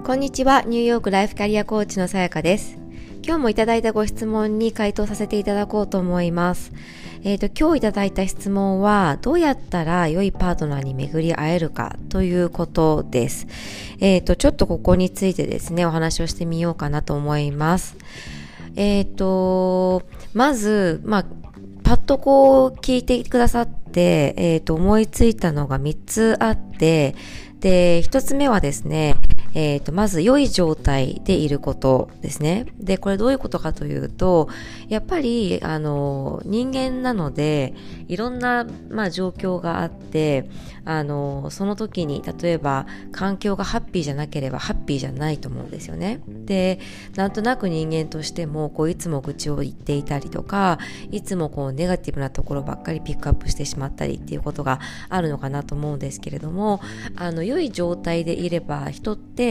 こんにちは。ニューヨークライフキャリアコーチのさやかです。今日もいただいたご質問に回答させていただこうと思います。今日いただいた質問は、どうやったら良いパートナーに巡り会えるかということです。ちょっとここについてですね、お話をしてみようかなと思います。まず、パッとこう聞いてくださって、思いついたのが3つあって、で、1つ目はですね、まず良い状態でいることですね。で、これどういうことかというと、やっぱり、人間なので、いろんな、状況があって、その時に、例えば、環境がハッピーじゃなければ、ハッピーじゃないと思うんですよね。で、なんとなく人間としても、いつも愚痴を言っていたりとか、いつもネガティブなところばっかりピックアップしてしまったりっていうことがあるのかなと思うんですけれども、良い状態でいれば、人って、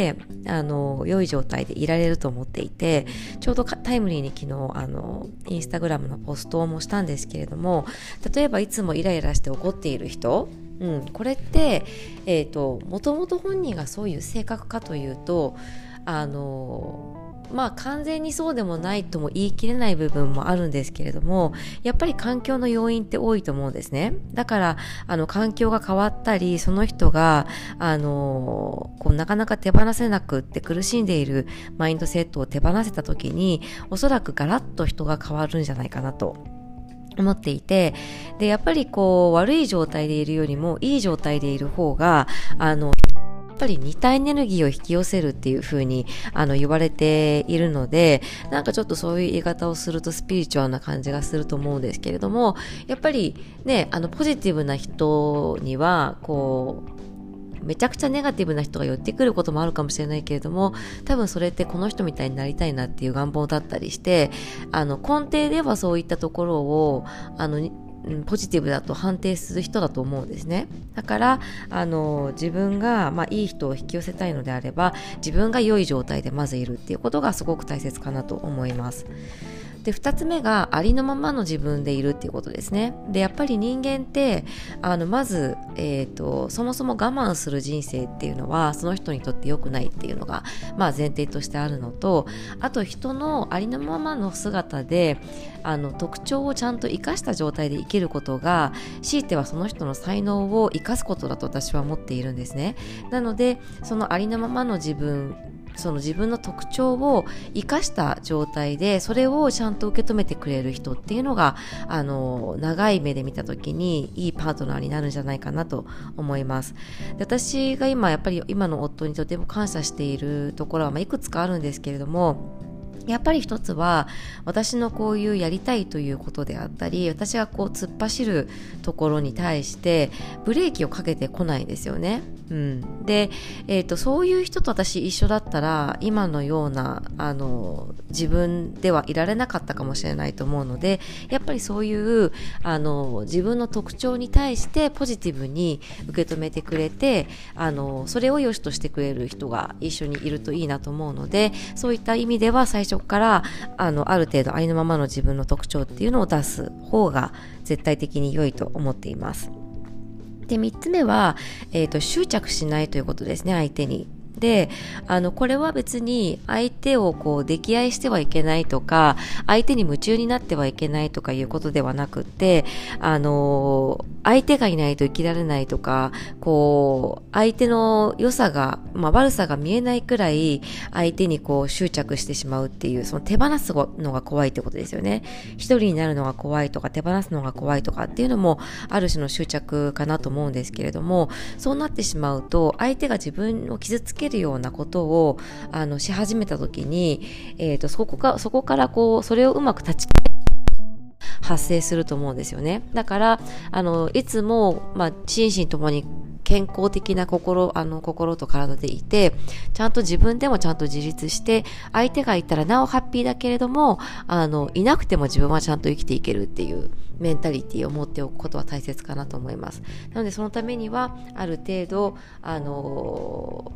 良い状態でいられると思っていて、ちょうどタイムリーに昨日インスタグラムのポストもしたんですけれども、例えばいつもイライラして怒っている人、これってもともと本人がそういう性格かというと完全にそうでもないとも言い切れない部分もあるんですけれども、やっぱり環境の要因って多いと思うんですね。だから環境が変わったり、その人がなかなか手放せなくって苦しんでいるマインドセットを手放せた時に、おそらくガラッと人が変わるんじゃないかなと思っていて、でやっぱり悪い状態でいるよりもいい状態でいる方がやっぱり似たエネルギーを引き寄せるっていう風に言われているので、なんかちょっとそういう言い方をするとスピリチュアルな感じがすると思うんですけれども、やっぱりね、ポジティブな人にはめちゃくちゃネガティブな人が寄ってくることもあるかもしれないけれども、多分それってこの人みたいになりたいなっていう願望だったりして、根底ではそういったところをポジティブだと判定する人だと思うんですね。だから自分が、いい人を引き寄せたいのであれば、自分が良い状態でまずいるっていうことがすごく大切かなと思います。で、2つ目がありのままの自分でいるっていうことですね。で、やっぱり人間ってまず、そもそも我慢する人生っていうのはその人にとって良くないっていうのが、前提としてあるのと、あと人のありのままの姿で特徴をちゃんと生かした状態で生きることが、強いてはその人の才能を生かすことだと私は思っているんですね。なので、そのありのままの自分、その自分の特徴を生かした状態でそれをちゃんと受け止めてくれる人っていうのが長い目で見た時にいいパートナーになるんじゃないかなと思います。で、私がやっぱり今の夫にとても感謝しているところは、いくつかあるんですけれども、やっぱり一つは私のこういうやりたいということであったり、私が突っ走るところに対してブレーキをかけてこないですよね。で、そういう人と私一緒だったら今のような自分ではいられなかったかもしれないと思うので、やっぱりそういう自分の特徴に対してポジティブに受け止めてくれてそれを良しとしてくれる人が一緒にいるといいなと思うので、そういった意味では最初からある程度ありのままの自分の特徴っていうのを出す方が絶対的に良いと思っています。で、3つ目は、執着しないということですね、相手に。で、これは別に相手を溺愛してはいけないとか、相手に夢中になってはいけないとかいうことではなくって、相手がいないと生きられないとか、相手の良さが、悪さが見えないくらい相手に執着してしまうっていう、その手放すのが怖いってことですよね。一人になるのが怖いとか、手放すのが怖いとかっていうのもある種の執着かなと思うんですけれども、そうなってしまうと相手が自分を傷つけるようなことをし始めた時に、そこからそれをうまく立ち発生すると思うんですよね。だからいつも、心身ともに健康的な心と体でいて、ちゃんと自分でもちゃんと自立して、相手がいたらなおハッピーだけれどもいなくても自分はちゃんと生きていけるっていうメンタリティを持っておくことは大切かなと思います。なのでそのためにはある程度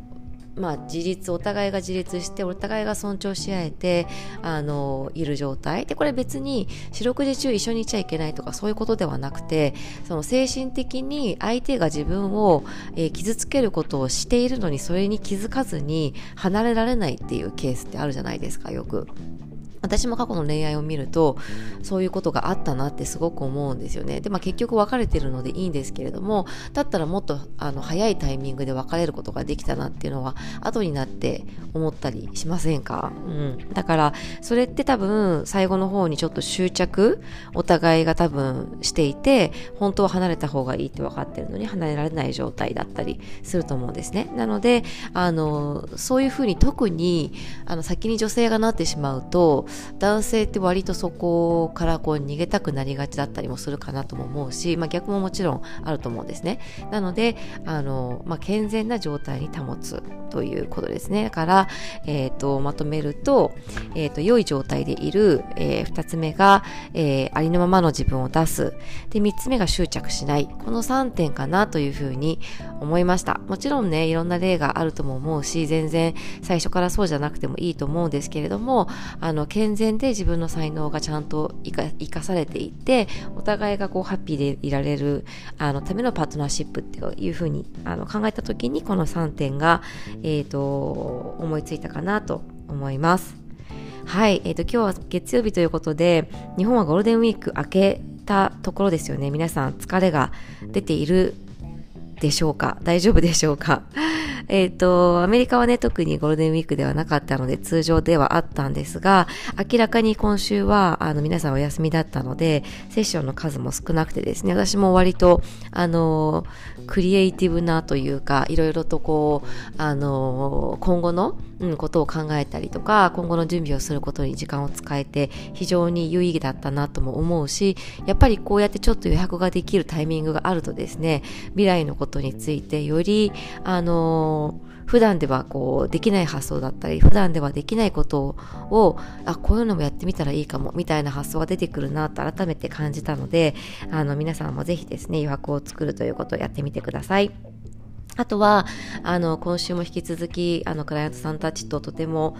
お互いが自立してお互いが尊重し合えている状態で、これ別に四六時中一緒にいちゃいけないとかそういうことではなくて、その精神的に相手が自分を、傷つけることをしているのにそれに気づかずに離れられないっていうケースってあるじゃないですか。よく私も過去の恋愛を見るとそういうことがあったなってすごく思うんですよね。で、結局別れてるのでいいんですけれども、だったらもっと早いタイミングで別れることができたなっていうのは後になって思ったりしませんか？だからそれって多分最後の方にちょっと執着お互いが多分していて、本当は離れた方がいいって分かってるのに離れられない状態だったりすると思うんですね。なのでそういうふうに特に先に女性がなってしまうと、男性って割とそこから逃げたくなりがちだったりもするかなとも思うし、逆ももちろんあると思うんですね。なので健全な状態に保つということですね。だから、まとめると、良い状態でいる、2つ目が、ありのままの自分を出す。で、3つ目が執着しない。この3点かなというふうに思いました。もちろんね、いろんな例があるとも思うし、全然最初からそうじゃなくてもいいと思うんですけれども、健全で自分の才能がちゃんと生かされていて、お互いがハッピーでいられるためのパートナーシップっていうふうに考えた時に、この3点が、思いついたかなと思います。はい、今日は月曜日ということで、日本はゴールデンウィーク明けたところですよね。皆さん疲れが出ているでしょうか？大丈夫でしょうか？アメリカはね、特にゴールデンウィークではなかったので通常ではあったんですが、明らかに今週は皆さんお休みだったのでセッションの数も少なくてですね、私も割とクリエイティブなというか、いろいろと今後のことを考えたりとか、今後の準備をすることに時間を使えて非常に有意義だったなとも思うし、やっぱりこうやってちょっと予約ができるタイミングがあるとですね、未来のことについてより普段ではできない発想だったり、普段ではできないことをこういうのもやってみたらいいかもみたいな発想が出てくるなと改めて感じたので、皆さんもぜひですね、余白を作るということをやってみてください。あとは今週も引き続きクライアントさんたちととても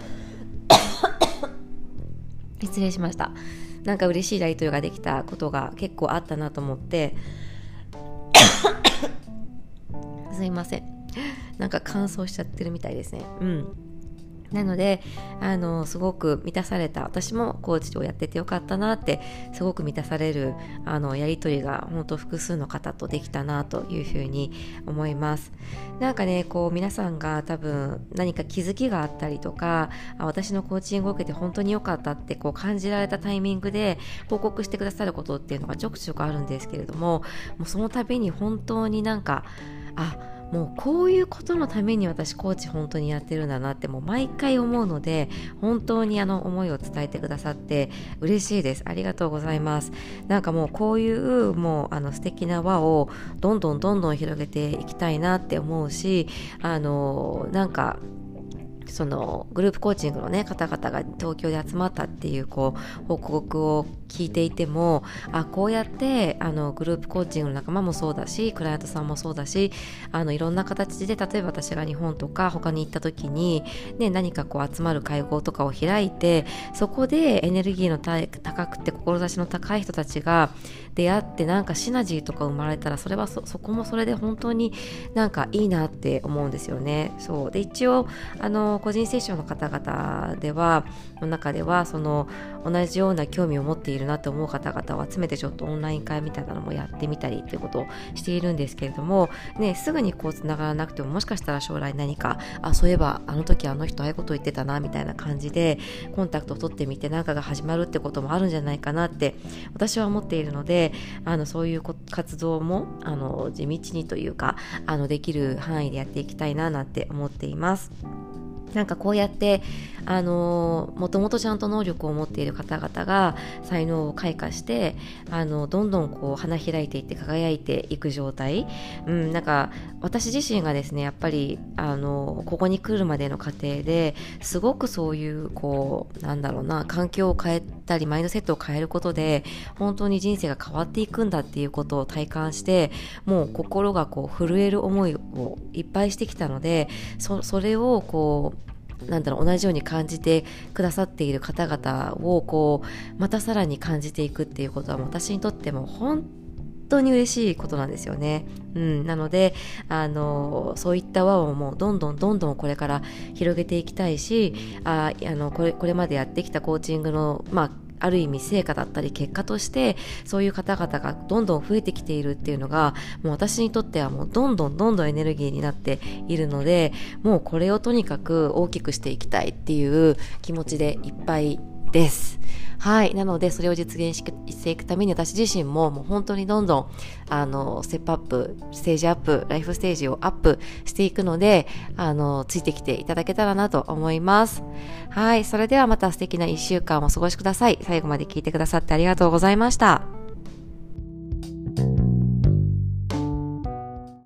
失礼しました。なんか嬉しいやり取りができたことが結構あったなと思ってすいません、なんか乾燥しちゃってるみたいですね。なのですごく満たされた、私もコーチをやっててよかったなってすごく満たされるやり取りが本当複数の方とできたなというふうに思います。なんかね、皆さんが多分何か気づきがあったりとか、私のコーチングを受けて本当に良かったって感じられたタイミングで報告してくださることっていうのがちょくちょくあるんですけれども、もうその度に本当になんかもうこういうことのために私コーチ本当にやってるんだなってもう毎回思うので、本当に思いを伝えてくださって嬉しいです。ありがとうございます。なんかもうこういう素敵な輪をどんどん広げていきたいなって思うし、なんかそのグループコーチングのね方々が東京で集まったっていう報告を聞いていても、こうやってグループコーチングの仲間もそうだし、クライアントさんもそうだし、いろんな形で例えば私が日本とか他に行った時に、何か集まる会合とかを開いて、そこでエネルギーの高くて志の高い人たちが出会ってなんかシナジーとか生まれたら、それは そこもそれで本当になんかいいなって思うんですよね。そうで、一応個人セッションの方々の中では同じような興味を持っているなと思う方々を集めてちょっとオンライン会みたいなのもやってみたりということをしているんですけれども、すぐにつながらなくても、もしかしたら将来何かそういえばあの時あの人ああいうこと言ってたなみたいな感じでコンタクトを取ってみて何かが始まるってこともあるんじゃないかなって私は思っているので、そういう活動も地道にというかできる範囲でやっていきたいななんて思っています。なんかこうやってもともとちゃんと能力を持っている方々が才能を開花して、どんどんこう花開いていって輝いていく状態、なんか私自身がですね、やっぱりここに来るまでの過程ですごくそういうこうなんだろうな、環境を変えたりマインドセットを変えることで本当に人生が変わっていくんだっていうことを体感して、もう心がこう震える思いをいっぱいしてきたので、それをこうなんだろう、同じように感じてくださっている方々をこうまたさらに感じていくっていうことは私にとっても本当に嬉しいことなんですよね。なのでそういった輪をもうどんどんこれから広げていきたいし、これまでやってきたコーチングのある意味成果だったり結果としてそういう方々がどんどん増えてきているっていうのが、もう私にとってはもうどんどんエネルギーになっているので、もうこれをとにかく大きくしていきたいっていう気持ちでいっぱいです。はい。なので、それを実現していくために私自身ももう本当にどんどん、ステップアップ、ステージアップ、ライフステージをアップしていくので、ついてきていただけたらなと思います。はい。それではまた素敵な1週間をお過ごしください。最後まで聞いてくださってありがとうございました。